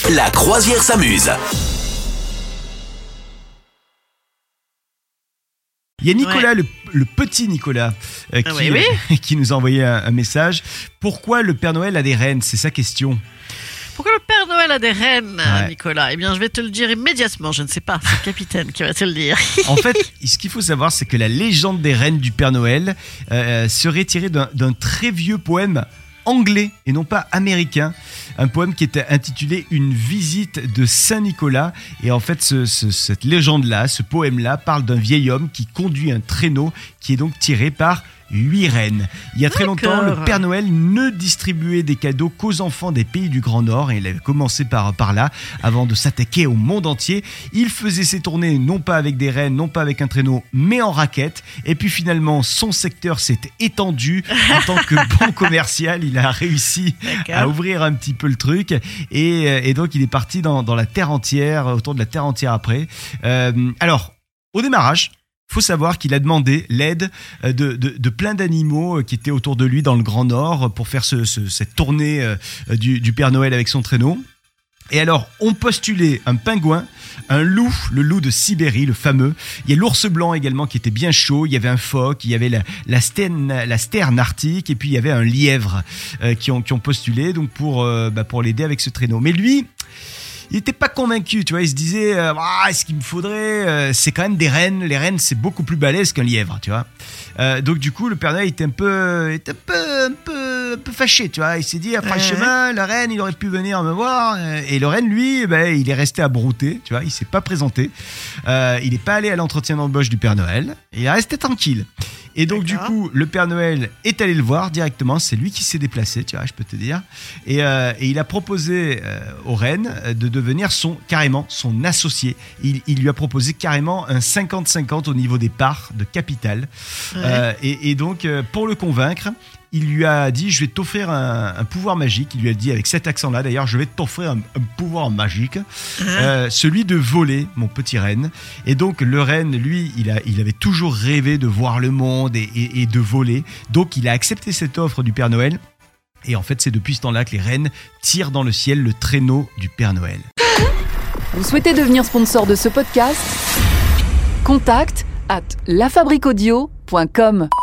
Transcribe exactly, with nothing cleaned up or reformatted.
La croisière s'amuse. Il y a Nicolas, ouais. le, le petit Nicolas, euh, qui, ah oui, oui. Euh, qui nous a envoyé un, un message. Pourquoi le Père Noël a des rennes ? C'est sa question. Pourquoi le Père Noël a des rennes, ouais. Nicolas ? Eh bien, je vais te le dire immédiatement. Je ne sais pas, c'est le capitaine qui va te le dire. En fait, ce qu'il faut savoir, c'est que la légende des rennes du Père Noël euh, serait tirée d'un, d'un très vieux poème anglais et non pas américain, un poème qui était intitulé Une visite de Saint-Nicolas. Et en fait, ce, ce, cette légende-là, ce poème-là, parle d'un vieil homme qui conduit un traîneau qui est donc tiré par huit rennes. Il y a très D'accord. longtemps, le Père Noël ne distribuait des cadeaux qu'aux enfants des pays du Grand Nord, et il avait commencé par, par là, avant de s'attaquer au monde entier. Il faisait ses tournées non pas avec des rennes, non pas avec un traîneau, mais en raquette. Et puis finalement, son secteur s'est étendu. En tant que bon commercial, il a réussi D'accord. à ouvrir un petit peu le truc, et, et donc il est parti dans, dans la terre entière, autour de la terre entière après. Euh, alors, au démarrage, il faut savoir qu'il a demandé l'aide de, de, de plein d'animaux qui étaient autour de lui dans le Grand Nord pour faire ce, ce, cette tournée du, du Père Noël avec son traîneau. Et alors, on postulait un pingouin, un loup, le loup de Sibérie, le fameux. Il y a l'ours blanc également qui était bien chaud. Il y avait un phoque, il y avait la, la, sterne, la sterne arctique, et puis il y avait un lièvre euh, qui, ont, qui ont postulé donc pour, euh, bah, pour l'aider avec ce traîneau. Mais lui... il n'était pas convaincu, tu vois, il se disait euh, ah, ce qu'il me faudrait, euh, c'est quand même des rennes. Les rennes, c'est beaucoup plus balèze qu'un lièvre, tu vois. Euh, donc du coup, le Père Noël était un peu, était un peu, un peu, un peu fâché, tu vois. Il s'est dit, franchement, le renne, il aurait pu venir me voir. Et le renne, lui, ben, il est resté à brouter, tu vois. Il s'est pas présenté. Euh, il n'est pas allé à l'entretien d'embauche du Père Noël. Il est resté tranquille. Et donc D'accord. du coup, le Père Noël est allé le voir directement. C'est lui qui s'est déplacé, tu vois, je peux te dire. Et, euh, et il a proposé euh, au renne de devenir son, carrément son associé. Il, il lui a proposé carrément un cinquante cinquante au niveau des parts de capital. Ouais. Euh, et, et donc, euh, pour le convaincre, il lui a dit, je vais t'offrir un, un pouvoir magique. Il lui a dit avec cet accent-là, d'ailleurs, je vais t'offrir un, un pouvoir magique, mmh. euh, celui de voler, mon petit renne. Et donc, le renne, lui, il, a, il avait toujours rêvé de voir le monde et, et, et de voler. Donc, il a accepté cette offre du Père Noël. Et en fait, c'est depuis ce temps-là que les rennes tirent dans le ciel le traîneau du Père Noël. Vous souhaitez devenir sponsor de ce podcast ? Contact at lafabriquaudio point com.